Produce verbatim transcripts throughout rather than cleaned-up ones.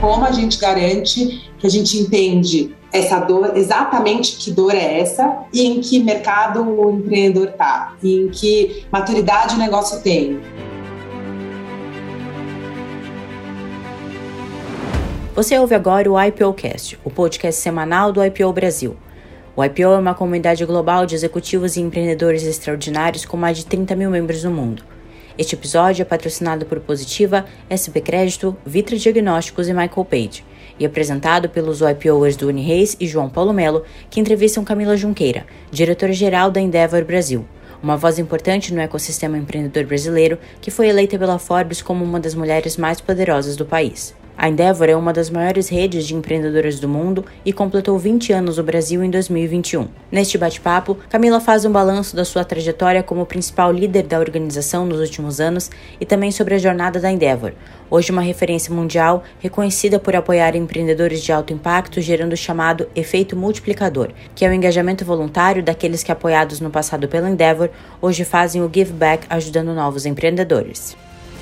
como a gente garante que a gente entende essa dor, exatamente que dor é essa e em que mercado o empreendedor está, e em que maturidade o negócio tem. Você ouve agora o I P O Cast, o podcast semanal do I P O Brasil. O I P O é uma comunidade global de executivos e empreendedores extraordinários com mais de trinta mil membros no mundo. Este episódio é patrocinado por Positiva, S B Crédito, Vitra Diagnósticos e Michael Page, e apresentado pelos IPOers do Unireis e João Paulo Melo, que entrevistam Camila Junqueira, diretora-geral da Endeavor Brasil, uma voz importante no ecossistema empreendedor brasileiro que foi eleita pela Forbes como uma das mulheres mais poderosas do país. A Endeavor é uma das maiores redes de empreendedoras do mundo e completou vinte anos no Brasil em dois mil e vinte e um. Neste bate-papo, Camila faz um balanço da sua trajetória como principal líder da organização nos últimos anos e também sobre a jornada da Endeavor, hoje uma referência mundial reconhecida por apoiar empreendedores de alto impacto, gerando o chamado efeito multiplicador, que é o engajamento voluntário daqueles que, apoiados no passado pela Endeavor, hoje fazem o give back ajudando novos empreendedores.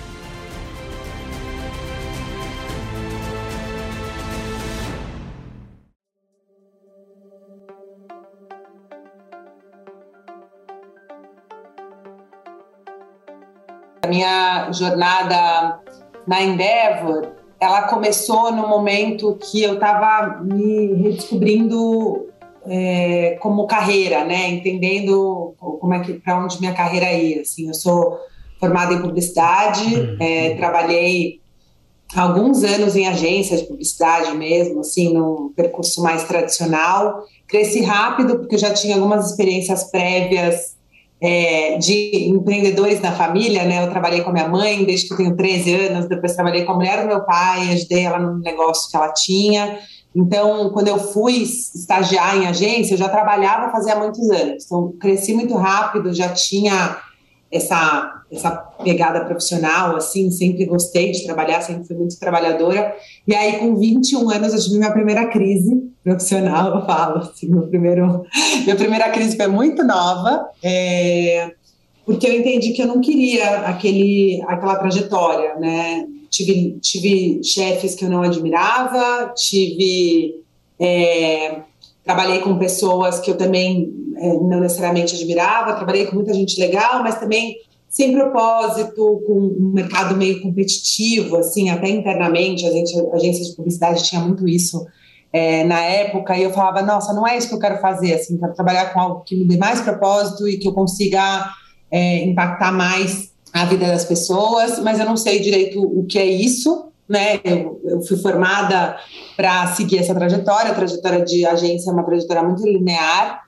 A minha jornada na Endeavor, ela começou no momento que eu estava me redescobrindo é, como carreira, né? Entendendo como é que, para onde minha carreira ia. Assim, eu sou formada em publicidade, é, trabalhei alguns anos em agência de publicidade mesmo, assim, num percurso mais tradicional. Cresci rápido porque eu já tinha algumas experiências prévias É, de empreendedores na família, né? Eu trabalhei com a minha mãe desde que eu tenho treze anos, depois trabalhei com a mulher do meu pai, ajudei ela no negócio que ela tinha. Então, quando eu fui estagiar em agência, eu já trabalhava fazia muitos anos. Então, cresci muito rápido, já tinha essa, essa pegada profissional, assim, sempre gostei de trabalhar, sempre fui muito trabalhadora. E aí, com vinte e um anos, eu tive minha primeira crise profissional, eu falo, assim, meu primeiro, minha primeira crise foi muito nova, é, porque eu entendi que eu não queria aquele, aquela trajetória, né? Tive, tive chefes que eu não admirava, tive... É, trabalhei com pessoas que eu também é, não necessariamente admirava, trabalhei com muita gente legal, mas também sem propósito, com um mercado meio competitivo, assim, até internamente, a, gente, a agência de publicidade tinha muito isso é, na época, e eu falava, nossa, não é isso que eu quero fazer, assim, quero trabalhar com algo que me dê mais propósito e que eu consiga é, impactar mais a vida das pessoas, mas eu não sei direito o que é isso, né? Eu, eu fui formada para seguir essa trajetória, a trajetória de agência é uma trajetória muito linear,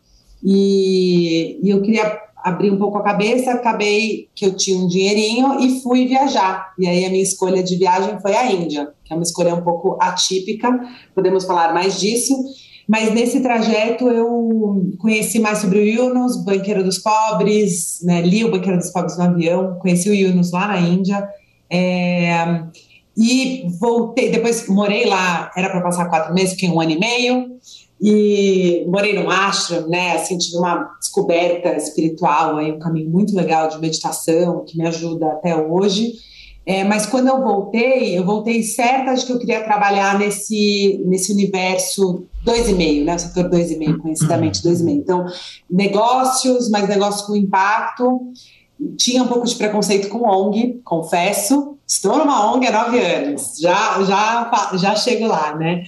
e, e eu queria abrir um pouco a cabeça, acabei que eu tinha um dinheirinho e fui viajar, e aí a minha escolha de viagem foi a Índia, que é uma escolha um pouco atípica, podemos falar mais disso, mas nesse trajeto eu conheci mais sobre o Yunus, Banqueiro dos Pobres, né? Li o Banqueiro dos Pobres no avião, conheci o Yunus lá na Índia, é... E voltei, depois morei lá, era para passar quatro meses, fiquei um ano e meio, e morei num ashram, né, assim, tive uma descoberta espiritual, aí, um caminho muito legal de meditação, que me ajuda até hoje, é, mas quando eu voltei, eu voltei certa de que eu queria trabalhar nesse, nesse universo dois e meio, né, o setor dois e meio, conhecidamente dois e meio, então, negócios, mas negócios com impacto. Tinha um pouco de preconceito com O N G, confesso. Estou numa O N G há nove anos, já, já, já chego lá, né?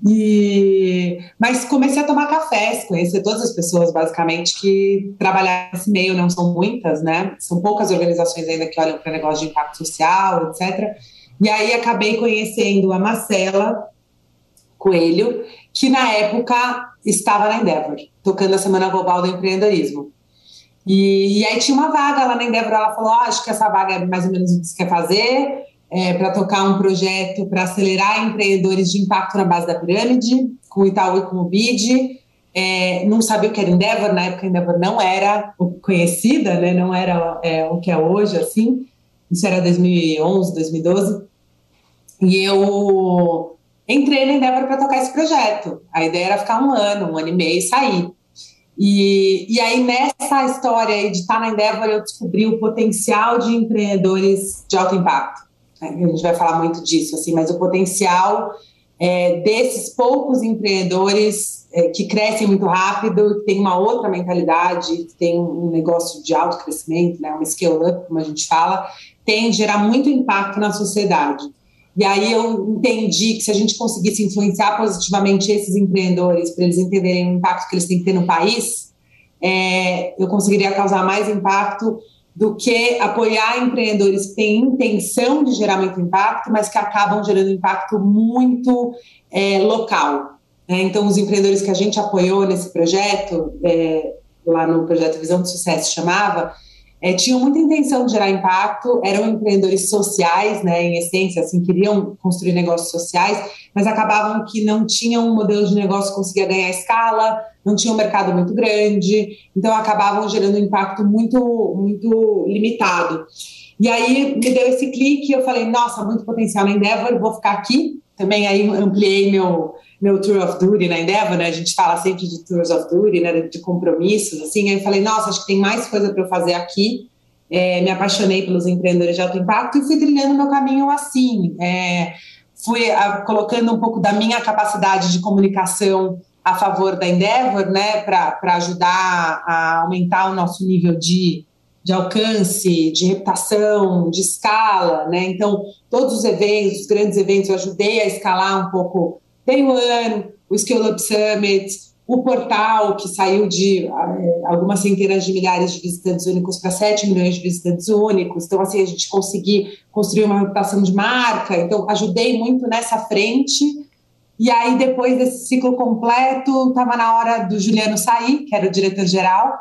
E, mas comecei a tomar cafés, conhecer todas as pessoas, basicamente, que trabalham nesse meio, não são muitas, né? São poucas organizações ainda que olham para negócio de impacto social, etcétera. E aí acabei conhecendo a Marcela Coelho, que na época estava na Endeavor, tocando a Semana Global do Empreendedorismo. E, e aí tinha uma vaga lá na Endeavor, ela falou, oh, acho que essa vaga é mais ou menos o que você quer fazer, é, para tocar um projeto para acelerar empreendedores de impacto na base da pirâmide, com o Itaú e com o B I D. É, não sabia o que era Endeavor, na época a Endeavor não era conhecida, né, não era é, o que é hoje, assim, isso era dois mil e onze, dois mil e doze, e eu entrei na Endeavor para tocar esse projeto. A ideia era ficar um ano, um ano e meio e sair. E, e aí, nessa história aí de estar na Endeavor, eu descobri o potencial de empreendedores de alto impacto. a gente vai falar muito disso, assim, mas o potencial é, desses poucos empreendedores é, que crescem muito rápido, que tem uma outra mentalidade, que tem um negócio de alto crescimento, né, um scale-up, como a gente fala, tem de gerar muito impacto na sociedade. E aí eu entendi que se a gente conseguisse influenciar positivamente esses empreendedores para eles entenderem o impacto que eles têm que ter no país, é, eu conseguiria causar mais impacto do que apoiar empreendedores que têm intenção de gerar muito impacto, mas que acabam gerando impacto muito é, local. Né? Então, os empreendedores que a gente apoiou nesse projeto, é, lá no projeto Visão de Sucesso chamava, é, tinham muita intenção de gerar impacto, eram empreendedores sociais, né, em essência, assim, queriam construir negócios sociais, mas acabavam que não tinham um modelo de negócio que conseguia ganhar escala, não tinha um mercado muito grande, então acabavam gerando um impacto muito, muito limitado. E aí me deu esse clique, eu falei, nossa, muito potencial na Endeavor, vou ficar aqui. Também aí ampliei meu, meu Tour of Duty na Endeavor, né? A gente fala sempre de Tours of Duty, né? De compromissos, assim. Aí eu falei, nossa, acho que tem mais coisa para eu fazer aqui. É, me apaixonei pelos empreendedores de alto impacto e fui trilhando meu caminho assim. É, fui a, colocando um pouco da minha capacidade de comunicação a favor da Endeavor, né? Para ajudar a aumentar o nosso nível de de alcance, de reputação, de escala, né? Então, todos os eventos, os grandes eventos, eu ajudei a escalar um pouco Day One, o Scale Up Summit, o portal que saiu de é, algumas centenas de milhares de visitantes únicos para sete milhões de visitantes únicos. Então, assim, a gente conseguir construir uma reputação de marca. Então, ajudei muito nessa frente. E aí, depois desse ciclo completo, estava na hora do Juliano sair, que era o diretor-geral,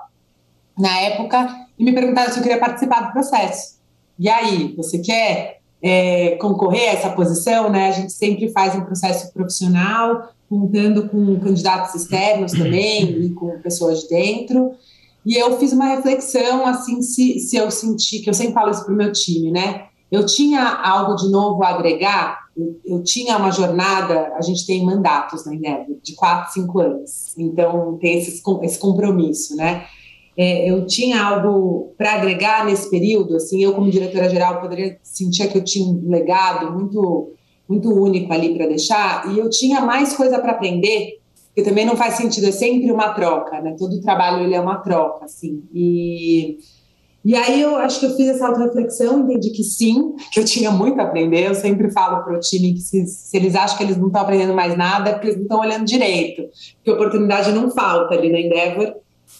na época, e me perguntaram se eu queria participar do processo. E aí, você quer é, concorrer a essa posição? Né? A gente sempre faz um processo profissional, contando com candidatos externos também, e com pessoas de dentro. E eu fiz uma reflexão, assim, se, se eu senti, que eu sempre falo isso para o meu time, né? Eu tinha algo de novo a agregar, eu, eu tinha uma jornada, a gente tem mandatos na Endeavor, de quatro, cinco anos. Então, tem esses, esse compromisso, né? É, eu tinha algo para agregar nesse período, assim, eu como diretora-geral poderia sentir que eu tinha um legado muito, muito único ali para deixar, e eu tinha mais coisa para aprender, porque também não faz sentido, é sempre uma troca, né? Todo trabalho ele é uma troca, assim, e, e aí eu acho que eu fiz essa auto-reflexão, entendi que sim, que eu tinha muito a aprender. Eu sempre falo para o time que se, se eles acham que eles não estão aprendendo mais nada, é porque eles não estão olhando direito, porque oportunidade não falta ali na Endeavor.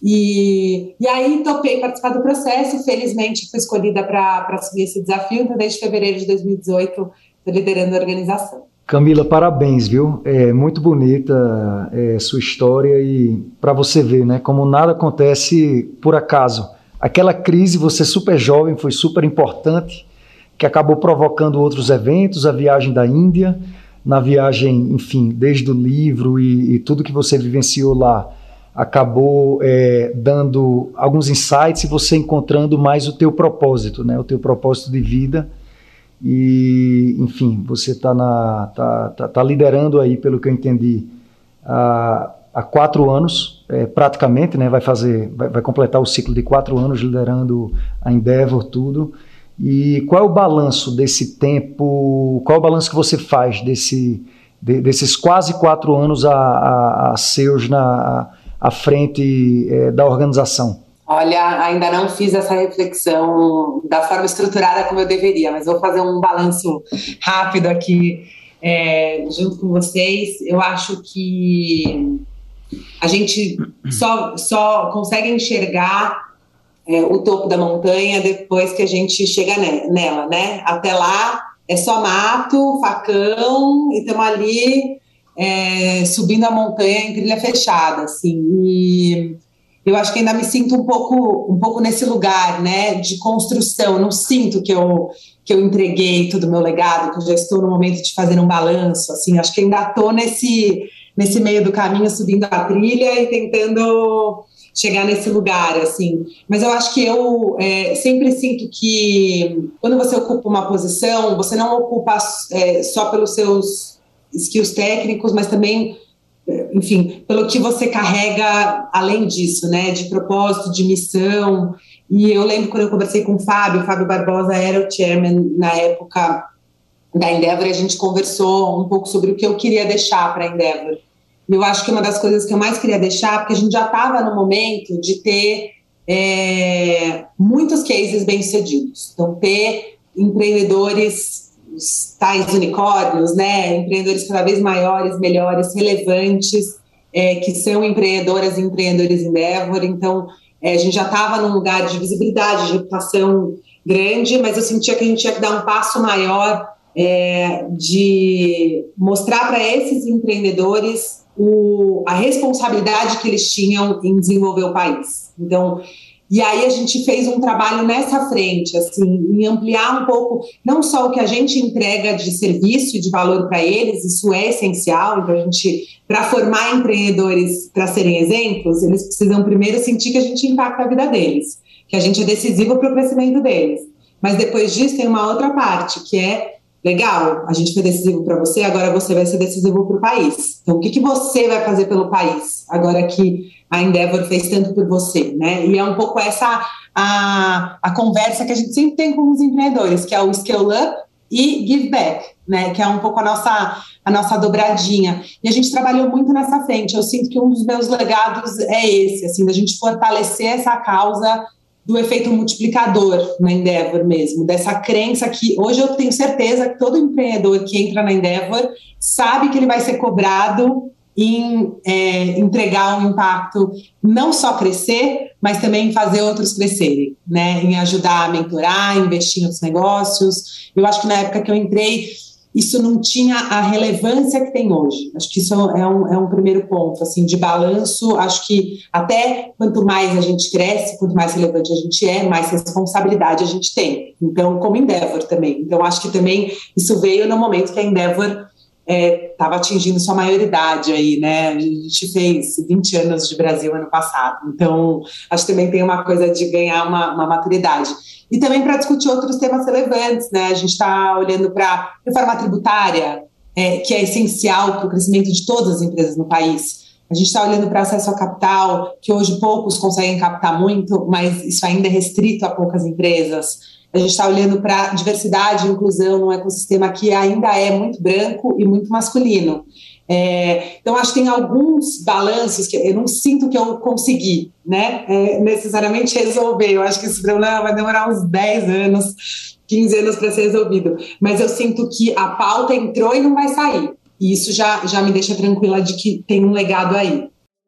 E, e aí topei participar do processo, felizmente fui escolhida para assumir esse desafio, então desde fevereiro de dois mil e dezoito estou liderando a organização. Camila, parabéns, viu? É muito bonita é, sua história e para você ver, né, como nada acontece por acaso. Aquela crise, você super jovem, foi super importante, que acabou provocando outros eventos, a viagem da Índia, na viagem, enfim, desde o livro e, e tudo que você vivenciou lá, acabou é, dando alguns insights e você encontrando mais o teu propósito, né? O teu propósito de vida e, enfim, você está tá, tá, tá liderando aí, pelo que eu entendi, há, há quatro anos, é, praticamente, né? Vai fazer, vai, vai completar o ciclo de quatro anos liderando a Endeavor, tudo. E qual é o balanço desse tempo, qual é o balanço que você faz desse, de, desses quase quatro anos a, a, a seus na... à frente é, da organização? Olha, ainda não fiz essa reflexão da forma estruturada como eu deveria, mas vou fazer um balanço rápido aqui é, junto com vocês. Eu acho que a gente só, só consegue enxergar é, o topo da montanha depois que a gente chega nela, né? Até lá é só mato, facão, e estamos ali É, subindo a montanha em trilha fechada, assim, e eu acho que ainda me sinto um pouco, um pouco nesse lugar, né, de construção. Eu não sinto que eu, que eu entreguei todo o meu legado, que eu já estou no momento de fazer um balanço, assim, acho que ainda estou nesse, nesse meio do caminho, subindo a trilha e tentando chegar nesse lugar, assim, mas eu acho que eu é, sempre sinto que quando você ocupa uma posição, você não ocupa é, só pelos seus skills técnicos, mas também, enfim, pelo que você carrega além disso, né, de propósito, de missão. E eu lembro quando eu conversei com o Fábio, o Fábio Barbosa era o chairman na época da Endeavor, e a gente conversou um pouco sobre o que eu queria deixar para a Endeavor. Eu acho que uma das coisas que eu mais queria deixar, porque a gente já estava no momento de ter é, muitos cases bem-sucedidos. Então, ter empreendedores, os tais unicórnios, né? Empreendedores cada vez maiores, melhores, relevantes, é, que são empreendedoras e empreendedores Endeavor. Então, é, a gente já estava num lugar de visibilidade, de reputação grande, mas eu sentia que a gente tinha que dar um passo maior é, de mostrar para esses empreendedores O, a responsabilidade que eles tinham em desenvolver o país. Então, e aí a gente fez um trabalho nessa frente, assim, em ampliar um pouco, não só o que a gente entrega de serviço e de valor para eles, isso é essencial. Então, a gente, para formar empreendedores para serem exemplos, eles precisam primeiro sentir que a gente impacta a vida deles, que a gente é decisivo para o crescimento deles. Mas depois disso tem uma outra parte, que é legal, a gente foi decisivo para você, agora você vai ser decisivo para o país. Então, o que, que você vai fazer pelo país, agora que a Endeavor fez tanto por você, né? E é um pouco essa a, a conversa que a gente sempre tem com os empreendedores, que é o Scale Up e Give Back, né? Que é um pouco a nossa, a nossa dobradinha. E a gente trabalhou muito nessa frente. Eu sinto que um dos meus legados é esse, assim, da gente fortalecer essa causa do efeito multiplicador na Endeavor mesmo, dessa crença que hoje eu tenho certeza que todo empreendedor que entra na Endeavor sabe que ele vai ser cobrado em é, entregar um impacto, não só crescer, mas também em fazer outros crescerem, né? Em ajudar a mentorar, investir em outros negócios. Eu acho que na época que eu entrei, isso não tinha a relevância que tem hoje. Acho que isso é um, é um primeiro ponto, assim, de balanço. Acho que até quanto mais a gente cresce, quanto mais relevante a gente é, mais responsabilidade a gente tem. Então, como Endeavor também. Então, acho que também isso veio no momento que a Endeavor estava é, atingindo sua maioridade aí, né? A gente fez vinte anos de Brasil ano passado. Então, acho que também tem uma coisa de ganhar uma, uma maturidade. E também para discutir outros temas relevantes, né? A gente está olhando para reforma tributária, é, que é essencial para o crescimento de todas as empresas no país. A gente está olhando para acesso ao capital, que hoje poucos conseguem captar muito, mas isso ainda é restrito a poucas empresas. A gente está olhando para diversidade e inclusão num ecossistema que ainda é muito branco e muito masculino. É, então, acho que tem alguns balanços que eu não sinto que eu consegui, né, é, necessariamente resolver. Eu acho que esse problema vai demorar uns dez anos, quinze anos para ser resolvido. Mas eu sinto que a pauta entrou e não vai sair. E isso já, já me deixa tranquila de que tem um legado aí.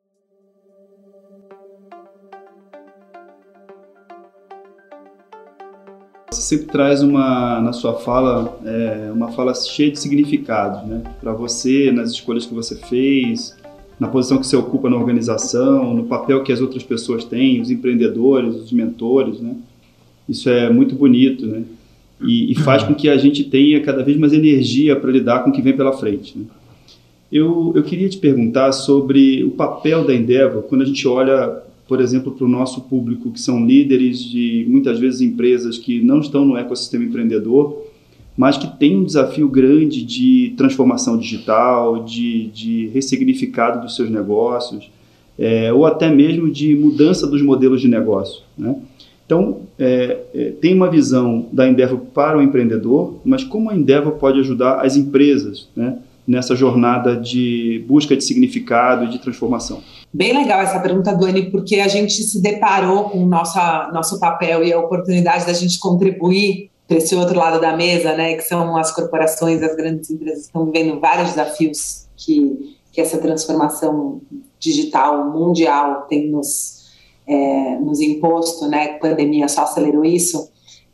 Você sempre traz uma, na sua fala, é, uma fala cheia de significados, né? Para você, nas escolhas que você fez, na posição que você ocupa na organização, no papel que as outras pessoas têm, os empreendedores, os mentores, né? Isso é muito bonito, né? E, e faz com que a gente tenha cada vez mais energia para lidar com o que vem pela frente, né? Eu, eu queria te perguntar sobre o papel da Endeavor quando a gente olha, por exemplo, para o nosso público, que são líderes de, muitas vezes, empresas que não estão no ecossistema empreendedor, mas que têm um desafio grande de transformação digital, de, de ressignificado dos seus negócios, é, ou até mesmo de mudança dos modelos de negócio, né? Então, é, é, tem uma visão da Endeavor para o empreendedor, mas como a Endeavor pode ajudar as empresas, né, nessa jornada de busca de significado e de transformação? Bem legal essa pergunta, Duane, porque a gente se deparou com o nosso, nosso papel e a oportunidade da gente contribuir para esse outro lado da mesa, né, que são as corporações, as grandes empresas que estão vivendo vários desafios que, que essa transformação digital mundial tem nos, é, nos imposto, né, a pandemia só acelerou isso.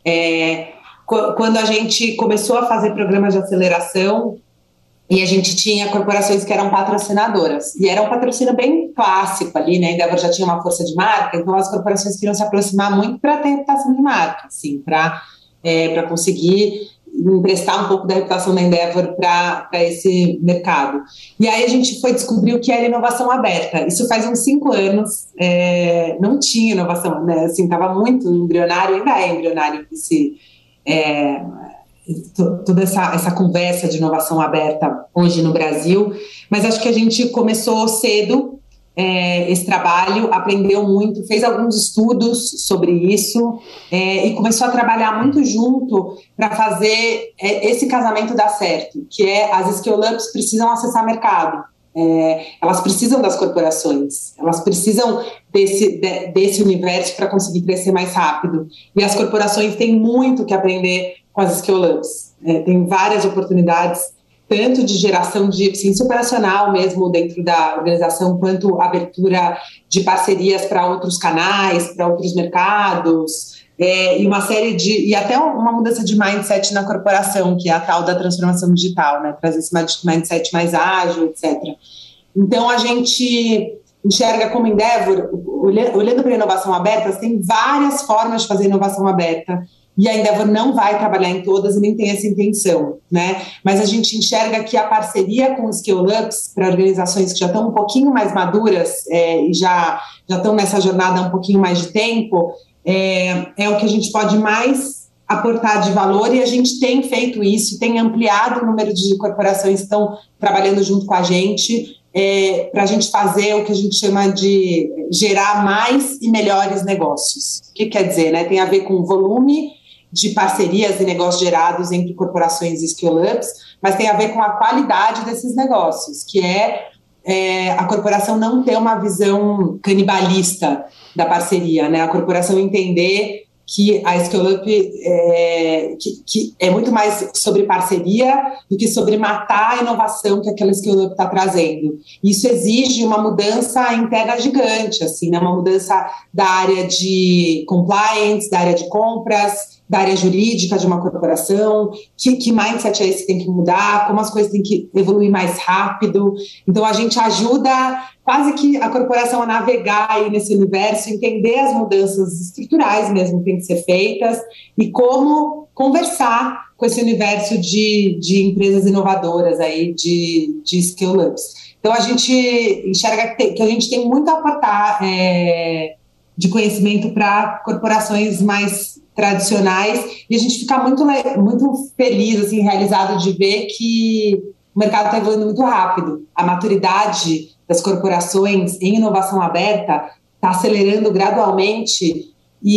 É, quando a gente começou a fazer programas de aceleração, e a gente tinha corporações que eram patrocinadoras, e era um patrocínio bem clássico ali, né? A Endeavor já tinha uma força de marca, então as corporações queriam se aproximar muito para ter reputação de marca, assim, para é, para conseguir emprestar um pouco da reputação da Endeavor para esse mercado. E aí a gente foi descobrir o que era inovação aberta. Isso faz uns cinco anos, é, não tinha inovação, né? Assim, estava muito embrionário, ainda é embrionário esse... É, toda essa, essa conversa de inovação aberta hoje no Brasil, mas acho que a gente começou cedo é, esse trabalho, aprendeu muito, fez alguns estudos sobre isso é, e começou a trabalhar muito junto para fazer é, esse casamento dar certo, que é as scale-ups precisam acessar mercado. É, elas precisam das corporações, elas precisam desse, de, desse universo para conseguir crescer mais rápido. E as corporações têm muito que aprender com as scale-ups. É, tem várias oportunidades, tanto de geração de eficiência operacional mesmo dentro da organização, quanto abertura de parcerias para outros canais, para outros mercados. É, e uma série de, e até uma mudança de mindset na corporação, que é a tal da transformação digital, né? Trazer esse mindset mais ágil, etcétera. Então, a gente enxerga como Endeavor, olhando para a inovação aberta, tem várias formas de fazer inovação aberta, e a Endeavor não vai trabalhar em todas e nem tem essa intenção, né? Mas a gente enxerga que a parceria com os scale-ups para organizações que já estão um pouquinho mais maduras é, e já, já estão nessa jornada há um pouquinho mais de tempo, É, é o que a gente pode mais aportar de valor, e a gente tem feito isso, tem ampliado o número de corporações que estão trabalhando junto com a gente é, para a gente fazer o que a gente chama de gerar mais e melhores negócios. O que quer dizer, né? Tem a ver com o volume de parcerias e negócios gerados entre corporações e scale-ups, mas tem a ver com a qualidade desses negócios, que é É, a corporação não ter uma visão canibalista da parceria, né? A corporação entender que a scale-up é, que, que é muito mais sobre parceria do que sobre matar a inovação que aquela scale-up está trazendo. Isso exige uma mudança interna gigante, assim, né? Uma mudança da área de compliance, da área de compras, da área jurídica de uma corporação, que, que mindset é esse que tem que mudar, como as coisas têm que evoluir mais rápido. Então, a gente ajuda quase que a corporação a navegar aí nesse universo, entender as mudanças estruturais mesmo que têm que ser feitas e como conversar com esse universo de, de empresas inovadoras aí, de, de scale-ups. Então, a gente enxerga que, tem, que a gente tem muito a aportar é, de conhecimento para corporações mais tradicionais, e a gente fica muito, muito feliz, assim, realizado de ver que o mercado está evoluindo muito rápido. A maturidade das corporações em inovação aberta está acelerando gradualmente,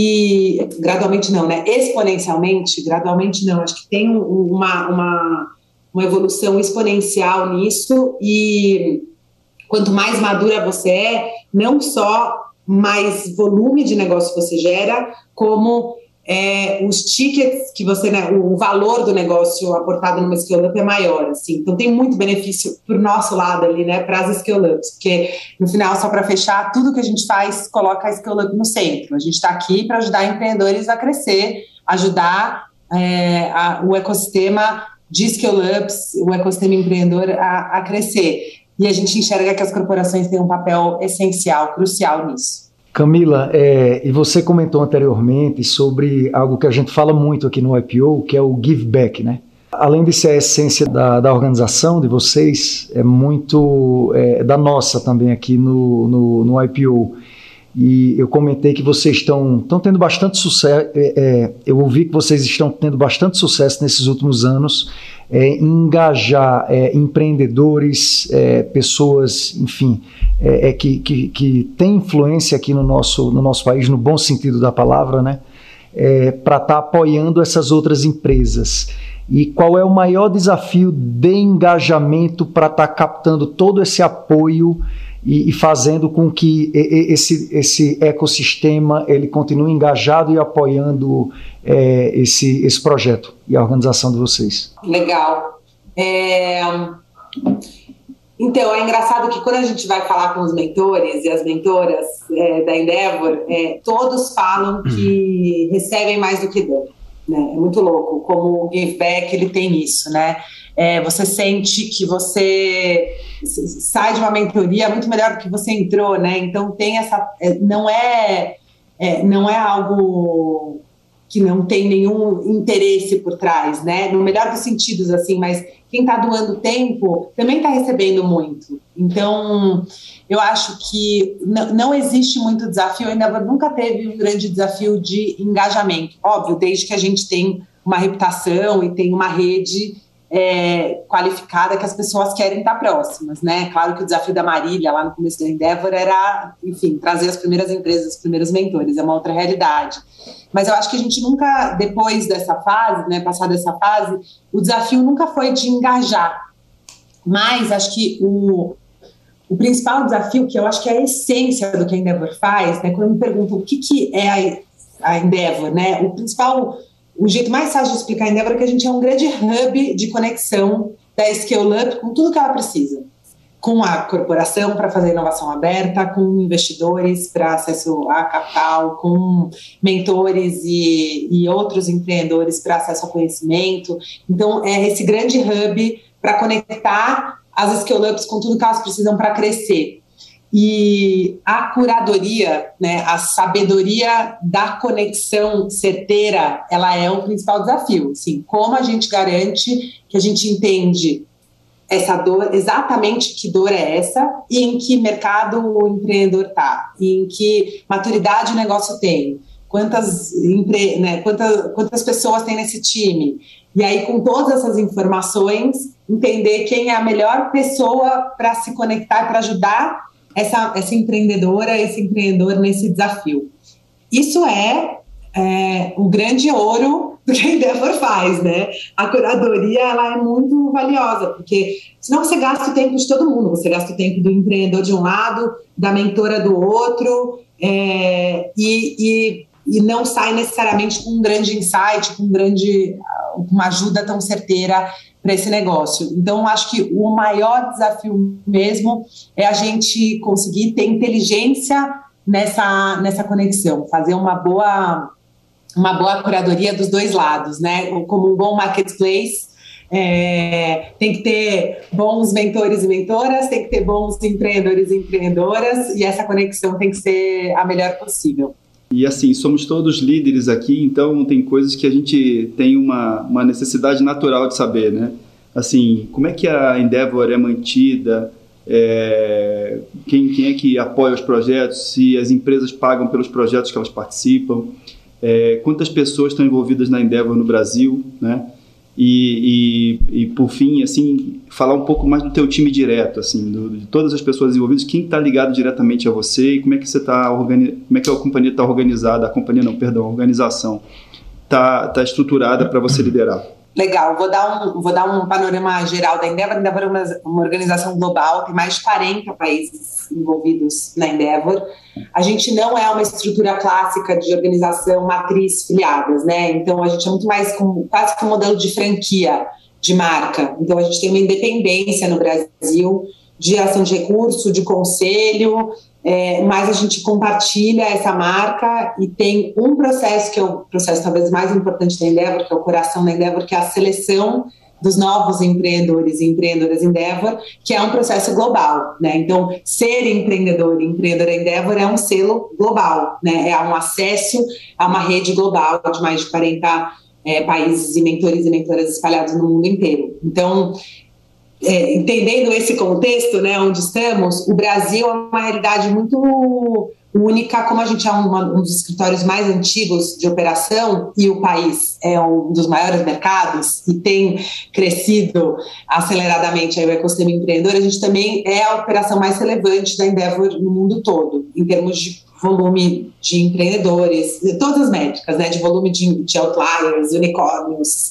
e gradualmente não, né? Exponencialmente, gradualmente não, acho que tem uma, uma, uma evolução exponencial nisso, e quanto mais madura você é, não só mais volume de negócio você gera, como É, os tickets que você, né, o valor do negócio aportado numa scale-up é maior, assim. Então tem muito benefício para o nosso lado ali, né, para as scale-ups, porque no final, só para fechar, tudo que a gente faz coloca a scale-up no centro. A gente está aqui para ajudar empreendedores a crescer, ajudar é, a, o ecossistema de scale-ups, o ecossistema empreendedor a, a crescer. E a gente enxerga que as corporações têm um papel essencial, crucial nisso. Camila, é, e você comentou anteriormente sobre algo que a gente fala muito aqui no I P O, que é o give back, né? Além de ser a essência da, da organização de vocês, é muito é, da nossa também aqui no, no, no I P O. E eu comentei que vocês estão, estão tendo bastante sucesso, é, é, eu ouvi que vocês estão tendo bastante sucesso nesses últimos anos é, em engajar é, empreendedores, é, pessoas, enfim, é, é, que, que, que têm influência aqui no nosso, no nosso país, no bom sentido da palavra, né, é, para estar tá apoiando essas outras empresas. E qual é o maior desafio de engajamento para estar tá captando todo esse apoio e, e fazendo com que esse, esse ecossistema ele continue engajado e apoiando é, esse, esse projeto e a organização de vocês? Legal. É... Então, é engraçado que quando a gente vai falar com os mentores e as mentoras é, da Endeavor, é, todos falam que recebem mais do que dão. Né? É muito louco como o give back ele tem isso, né? É, você sente que você sai de uma mentoria muito melhor do que você entrou, né? Então tem essa, é, não é, é não é algo que não tem nenhum interesse por trás, né? No melhor dos sentidos, assim, mas quem está doando tempo também está recebendo muito. Então, eu acho que não, não existe muito desafio, ainda nunca teve um grande desafio de engajamento. Óbvio, desde que a gente tem uma reputação e tem uma rede é, qualificada que as pessoas querem estar próximas, né? Claro que o desafio da Marília, lá no começo da Endeavor, era, enfim, trazer as primeiras empresas, os primeiros mentores, é uma outra realidade. Mas eu acho que a gente nunca, depois dessa fase, né, passada essa fase, o desafio nunca foi de engajar. Mas acho que o, o principal desafio, que eu acho que é a essência do que a Endeavor faz, né, quando me perguntam o que, que é a, a Endeavor, né, o principal... O jeito mais fácil de explicar a Endeavor é que a gente é um grande hub de conexão da Scale-Up com tudo que ela precisa. Com a corporação para fazer inovação aberta, com investidores para acesso a capital, com mentores e, e outros empreendedores para acesso ao conhecimento. Então, é esse grande hub para conectar as Scale-Ups com tudo que elas precisam para crescer. E a curadoria, né, a sabedoria da conexão certeira, ela é o principal desafio. Assim, como a gente garante que a gente entende essa dor, exatamente que dor é essa, e em que mercado o empreendedor está, em que maturidade o negócio tem, quantas, empre, né, quantas, quantas pessoas tem nesse time. E aí, com todas essas informações, entender quem é a melhor pessoa para se conectar e para ajudar Essa, essa empreendedora, esse empreendedor nesse desafio. Isso é, é o grande ouro do que a Endeavor faz, né? A curadoria, ela é muito valiosa, porque senão você gasta o tempo de todo mundo, você gasta o tempo do empreendedor de um lado, da mentora do outro, é, e, e, e não sai necessariamente com um grande insight, com um grande, uma ajuda tão certeira para esse negócio. Então, acho que o maior desafio mesmo é a gente conseguir ter inteligência nessa, nessa conexão, fazer uma boa, uma boa curadoria dos dois lados, né? Como um bom marketplace, é, tem que ter bons mentores e mentoras, tem que ter bons empreendedores e empreendedoras, e essa conexão tem que ser a melhor possível. E assim, somos todos líderes aqui, então tem coisas que a gente tem uma, uma necessidade natural de saber, né? Assim, como é que a Endeavor é mantida, é, quem, quem é que apoia os projetos, se as empresas pagam pelos projetos que elas participam, é, quantas pessoas estão envolvidas na Endeavor no Brasil, né? E, e, e por fim, assim, falar um pouco mais do teu time direto, assim, do, de todas as pessoas envolvidas, quem está ligado diretamente a você e como é que você está organi- como é que a companhia está organizada, a companhia não, perdão, a organização está tá estruturada para você liderar. Legal, vou dar um, vou dar um panorama geral da Endeavor. A Endeavor é uma, uma organização global, tem mais de quarenta países envolvidos na Endeavor. A gente não é uma estrutura clássica de organização matriz filiadas, né? Então a gente é muito mais como, quase que um modelo de franquia de marca. Então a gente tem uma independência no Brasil de ação de recurso, de conselho, é, mas a gente compartilha essa marca e tem um processo que é o processo talvez mais importante da Endeavor, que é o coração da Endeavor, que é a seleção dos novos empreendedores e empreendedoras Endeavor, que é um processo global, né? Então, ser empreendedor e empreendedora Endeavor é um selo global, né? É um acesso a uma rede global de mais de quarenta é, países e mentores e mentoras espalhados no mundo inteiro. Então, É, entendendo esse contexto, né, onde estamos, o Brasil é uma realidade muito única, como a gente é uma, um dos escritórios mais antigos de operação e o país é um dos maiores mercados e tem crescido aceleradamente aí o ecossistema empreendedor, a gente também é a operação mais relevante da Endeavor no mundo todo, em termos de volume de empreendedores, todas as métricas, né, de volume de, de outliers, unicórnios,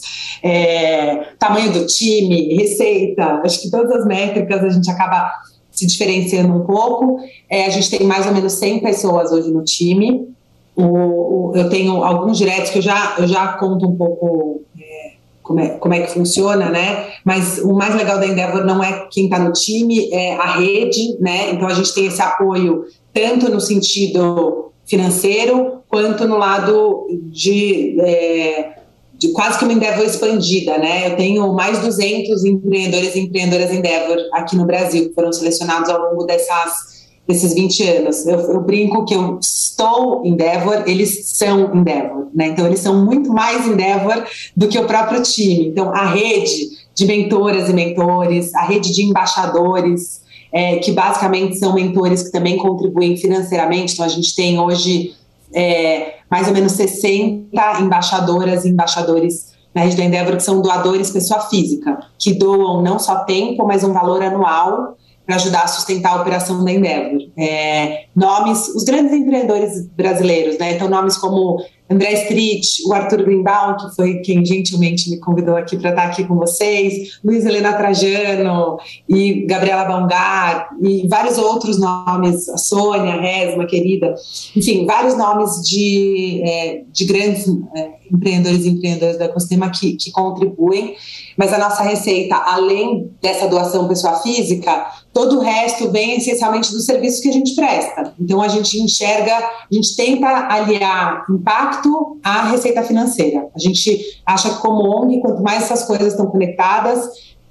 é, tamanho do time, receita, acho que todas as métricas a gente acaba se diferenciando um pouco. É, a gente tem mais ou menos cem pessoas hoje no time. O, o, eu tenho alguns diretos que eu já, eu já conto um pouco é, como, é, como é que funciona, né? Mas o mais legal da Endeavor não é quem está no time, é a rede, né? Então a gente tem esse apoio tanto no sentido financeiro quanto no lado de... É, de quase que uma Endeavor expandida, né? Eu tenho mais de duzentos empreendedores e empreendedoras Endeavor aqui no Brasil, que foram selecionados ao longo dessas, desses vinte anos. Eu, eu brinco que eu estou Endeavor, eles são Endeavor, né? Então, eles são muito mais Endeavor do que o próprio time. Então, a rede de mentoras e mentores, a rede de embaixadores, é, que basicamente são mentores que também contribuem financeiramente. Então, a gente tem hoje... É, mais ou menos sessenta embaixadoras e embaixadores na rede da Endeavor, que são doadores pessoa física, que doam não só tempo, mas um valor anual para ajudar a sustentar a operação da Endeavor. É, nomes, os grandes empreendedores brasileiros, né? Então, nomes como André Street, o Arthur Greenbaum, que foi quem gentilmente me convidou aqui para estar aqui com vocês, Luiz Helena Trajano e Gabriela Baumgar, e vários outros nomes, a Sônia, a Resma, querida, enfim, vários nomes de, é, de grandes é, empreendedores e empreendedoras do ecossistema que, que contribuem, mas a nossa receita, além dessa doação pessoa física, todo o resto vem essencialmente dos serviços que a gente presta. Então, a gente enxerga, a gente tenta aliar impacto à receita financeira. A gente acha que, como O N G, quanto mais essas coisas estão conectadas,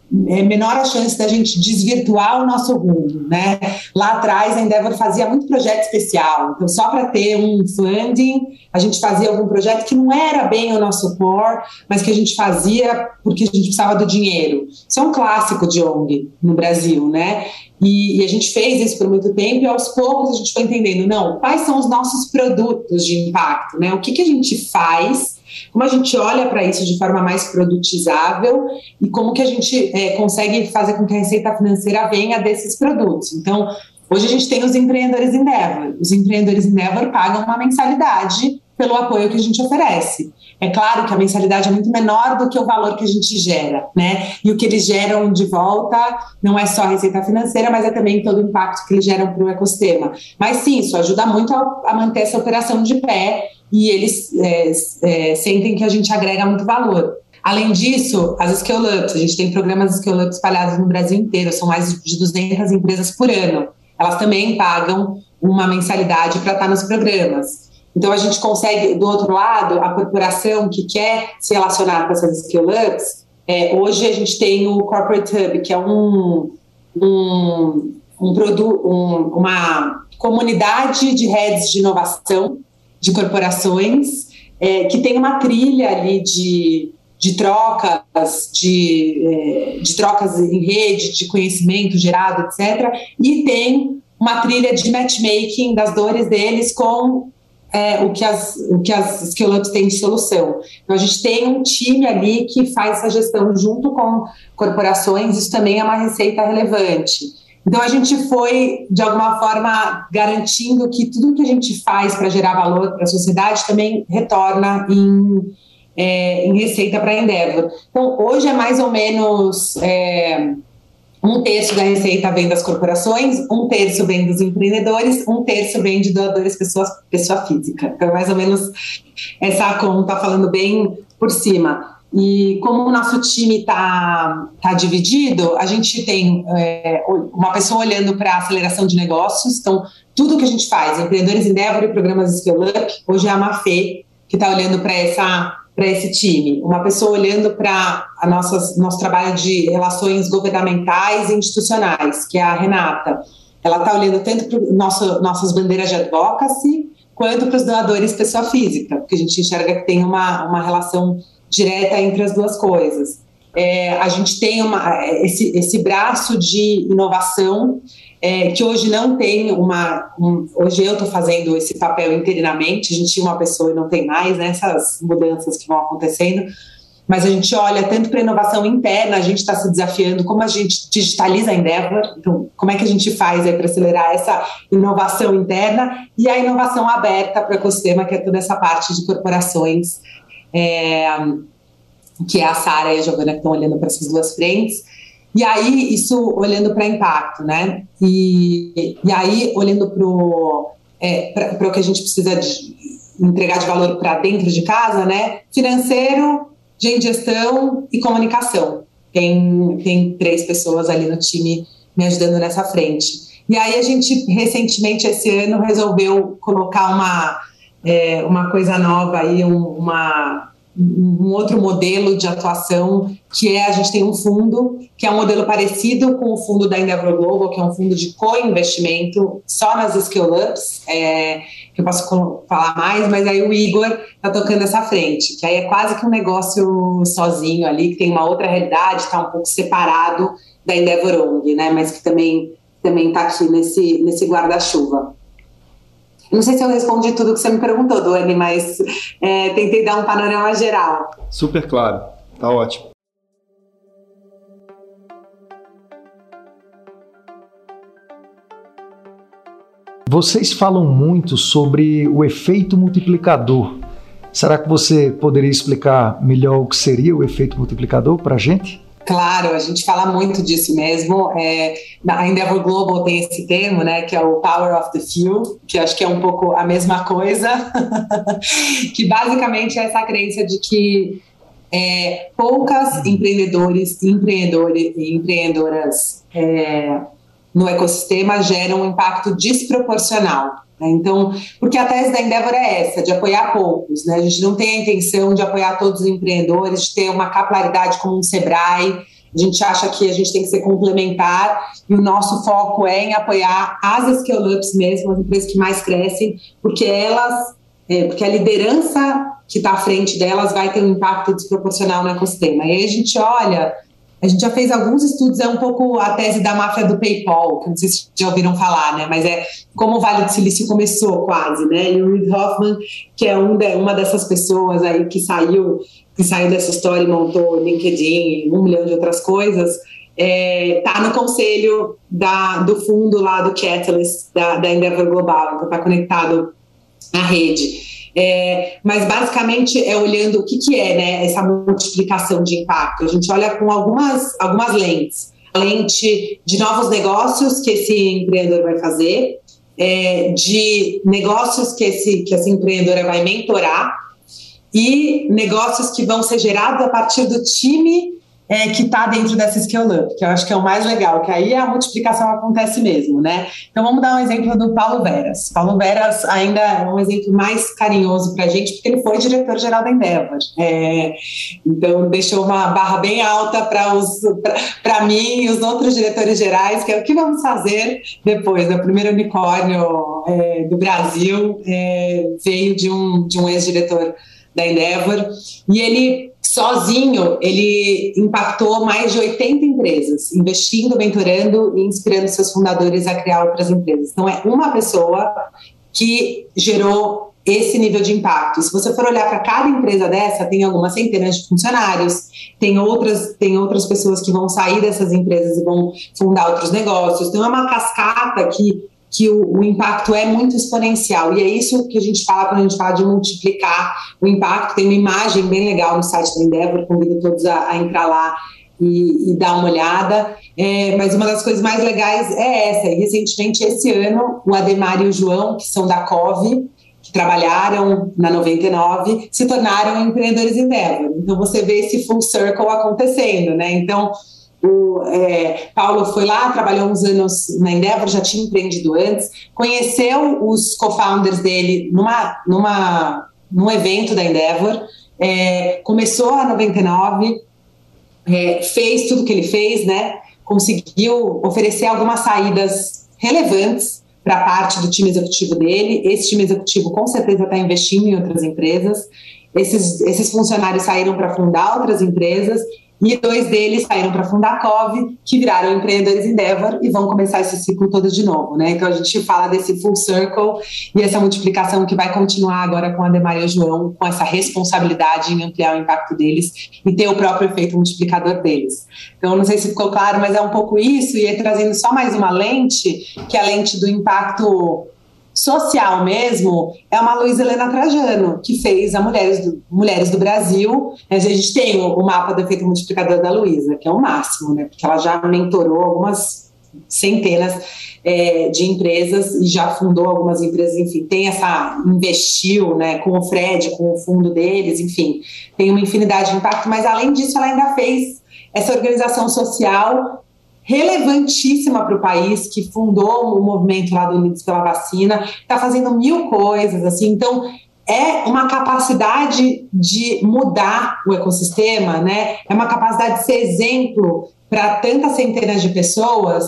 é menor a chance da gente desvirtuar o nosso rumo, né? Lá atrás, a Endeavor fazia muito projeto especial. Então, só para ter um funding, a gente fazia algum projeto que não era bem o nosso core, mas que a gente fazia porque a gente precisava do dinheiro. Isso é um clássico de O N G no Brasil, né? E, e a gente fez isso por muito tempo e, aos poucos, a gente foi entendendo, não, quais são os nossos produtos de impacto, né? O que, que a gente faz, como a gente olha para isso de forma mais produtizável e como que a gente é, consegue fazer com que a receita financeira venha desses produtos. Então, hoje a gente tem os empreendedores Endeavor. Os empreendedores Endeavor pagam uma mensalidade pelo apoio que a gente oferece. É claro que a mensalidade é muito menor do que o valor que a gente gera, né? E o que eles geram de volta não é só a receita financeira, mas é também todo o impacto que eles geram para o ecossistema. Mas sim, isso ajuda muito a, a manter essa operação de pé e eles é, é, sentem que a gente agrega muito valor. Além disso, as Scale-Ups, a gente tem programas Scale-Up espalhados no Brasil inteiro, são mais de duzentas empresas por ano. Elas também pagam uma mensalidade para estar nos programas. Então, a gente consegue, do outro lado, a corporação que quer se relacionar com essas Scale-Ups, é, hoje a gente tem o Corporate Hub, que é um, um, um produ- um, uma comunidade de redes de inovação de corporações, é, que tem uma trilha ali de, de trocas, de, é, de trocas em rede, de conhecimento gerado, etcétera. E tem uma trilha de matchmaking das dores deles com é, o que as, o que as Scale-Ups têm de solução. Então, a gente tem um time ali que faz essa gestão junto com corporações, isso também é uma receita relevante. Então, a gente foi, de alguma forma, garantindo que tudo que a gente faz para gerar valor para a sociedade também retorna em, é, em receita para a Endeavor. Então, hoje é mais ou menos é, um terço da receita vem das corporações, um terço vem dos empreendedores, um terço vem de doadores pessoa, pessoa física. Então, é mais ou menos essa conta, falando bem por cima. E como o nosso time está tá dividido, a gente tem é, uma pessoa olhando para a aceleração de negócios. Então, tudo que a gente faz, empreendedores Endeavor e programas Scale-Up, hoje é a Mafê que está olhando para essa para esse time. Uma pessoa olhando para a nosso trabalho de relações governamentais e institucionais, que é a Renata. Ela está olhando tanto para nosso, nossas bandeiras de advocacy, quanto para os doadores pessoa física, porque a gente enxerga que tem uma, uma relação direta entre as duas coisas. É, a gente tem uma, esse, esse braço de inovação é, que hoje não tem uma... Um, hoje eu estou fazendo esse papel interinamente, a gente tinha uma pessoa e não tem mais, né, essas mudanças que vão acontecendo, mas a gente olha tanto para a inovação interna, a gente está se desafiando como a gente digitaliza a Endeavor, então como é que a gente faz para acelerar essa inovação interna e a inovação aberta para o ecossistema, que é toda essa parte de corporações, É, que é a Sara e a Giovana que estão olhando para essas duas frentes, e aí isso olhando para impacto, né? E, e aí olhando para é, o que a gente precisa de entregar de valor para dentro de casa, né? Financeiro, de gestão e comunicação. Tem, tem três pessoas ali no time me ajudando nessa frente. E aí a gente recentemente esse ano resolveu colocar uma É uma coisa nova aí, um, uma, um outro modelo de atuação, que é, a gente tem um fundo, que é um modelo parecido com o fundo da Endeavor Global, que é um fundo de co-investimento só nas Scale-Ups, é, que eu posso falar mais, mas aí o Igor está tocando essa frente, que aí é quase que um negócio sozinho ali, que tem uma outra realidade, está um pouco separado da Endeavor O N G, né, mas que também também está aqui nesse, nesse guarda-chuva. Não sei se eu respondi tudo que você me perguntou, Duane, mas é, tentei dar um panorama geral. Super claro, tá ótimo. Vocês falam muito sobre o efeito multiplicador. Será que você poderia explicar melhor o que seria o efeito multiplicador para a gente? Claro, a gente fala muito disso mesmo. É, a Endeavor Global tem esse termo, né, que é o Power of the Few, que acho que é um pouco a mesma coisa, que basicamente é essa crença de que é, poucas empreendedores, empreendedores e empreendedoras é, no ecossistema geram um impacto desproporcional. Então, porque a tese da Endeavor é essa, de apoiar poucos, né? A gente não tem a intenção de apoiar todos os empreendedores, de ter uma capilaridade como um Sebrae. A gente acha que a gente tem que ser complementar e o nosso foco é em apoiar as scale-ups mesmo, as empresas que mais crescem, porque elas, é, porque a liderança que está à frente delas vai ter um impacto desproporcional no ecossistema. E aí a gente olha... A gente já fez alguns estudos, é um pouco a tese da máfia do PayPal, que não sei se já ouviram falar, né? Mas é como o Vale do Silício começou quase, né? E o Reid Hoffman, que é um de, uma dessas pessoas aí que saiu, que saiu dessa história e montou o LinkedIn e um milhão de outras coisas, é, tá no conselho da, do fundo lá do Catalyst, da, da Endeavor Global, então tá conectado à rede. É, mas basicamente é olhando o que, que é, né, essa multiplicação de impacto. A gente olha com algumas, algumas lentes. A lente de novos negócios que esse empreendedor vai fazer, é, de negócios que, esse, que essa empreendedora vai mentorar e negócios que vão ser gerados a partir do time é, que está dentro dessa scale-up, que eu acho que é o mais legal, que aí a multiplicação acontece mesmo, né? Então vamos dar um exemplo do Paulo Veras. Paulo Veras ainda é um exemplo mais carinhoso para a gente, porque ele foi diretor-geral da Endeavor. É, então deixou uma barra bem alta para mim e os outros diretores gerais, que é o que vamos fazer depois. O primeiro unicórnio é, do Brasil é, veio de um, de um ex-diretor da Endeavor, e ele sozinho, ele impactou mais de oitenta empresas, investindo, mentorando e inspirando seus fundadores a criar outras empresas. Então, é uma pessoa que gerou esse nível de impacto. Se você for olhar para cada empresa dessa, tem algumas centenas de funcionários, tem outras, tem outras pessoas que vão sair dessas empresas e vão fundar outros negócios. Então, é uma cascata que que o, o impacto é muito exponencial, e é isso que a gente fala quando a gente fala de multiplicar o impacto. Tem uma imagem bem legal no site da Endeavor, convido todos a, a entrar lá e, e dar uma olhada, é, mas uma das coisas mais legais é essa, e recentemente esse ano o Ademar e o João, que são da Cove, que trabalharam na noventa e nove, se tornaram empreendedores Endeavor. Então você vê esse full circle acontecendo, né? Então o é, Paulo foi lá, trabalhou uns anos na Endeavor, já tinha empreendido antes, conheceu os co-founders dele numa, numa, num evento da Endeavor, é, começou a noventa e nove, é, fez tudo que ele fez, né? Conseguiu oferecer algumas saídas relevantes para parte do time executivo dele. Esse time executivo com certeza está investindo em outras empresas. Esses, esses funcionários saíram para fundar outras empresas, e dois deles saíram para fundar a Cove, que viraram empreendedores Endeavor e vão começar esse ciclo todo de novo, né? Então a gente fala desse full circle e essa multiplicação que vai continuar agora com a Ademar e o João, com essa responsabilidade em ampliar o impacto deles e ter o próprio efeito multiplicador deles. Então não sei se ficou claro, mas é um pouco isso, e aí trazendo só mais uma lente, que é a lente do impacto social mesmo, é uma Luísa Helena Trajano, que fez a Mulheres do, Mulheres do Brasil. A gente tem o, o mapa do efeito multiplicador da Luísa, que é o máximo, né? Porque ela já mentorou algumas centenas é, de empresas e já fundou algumas empresas, enfim, tem essa, investiu, né, com o Fred, com o fundo deles, enfim, tem uma infinidade de impacto, mas além disso ela ainda fez essa organização social relevantíssima para o país, que fundou o movimento lá do Unidos pela Vacina, está fazendo mil coisas, assim, então é uma capacidade de mudar o ecossistema, né? É uma capacidade de ser exemplo para tantas centenas de pessoas,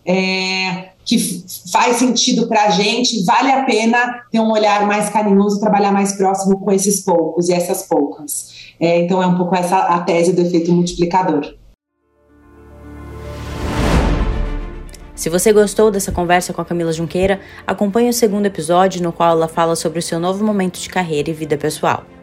é, que faz sentido para a gente, vale a pena ter um olhar mais carinhoso, trabalhar mais próximo com esses poucos e essas poucas. É, então é um pouco essa a tese do efeito multiplicador. Se você gostou dessa conversa com a Camila Junqueira, acompanhe o segundo episódio no qual ela fala sobre o seu novo momento de carreira e vida pessoal.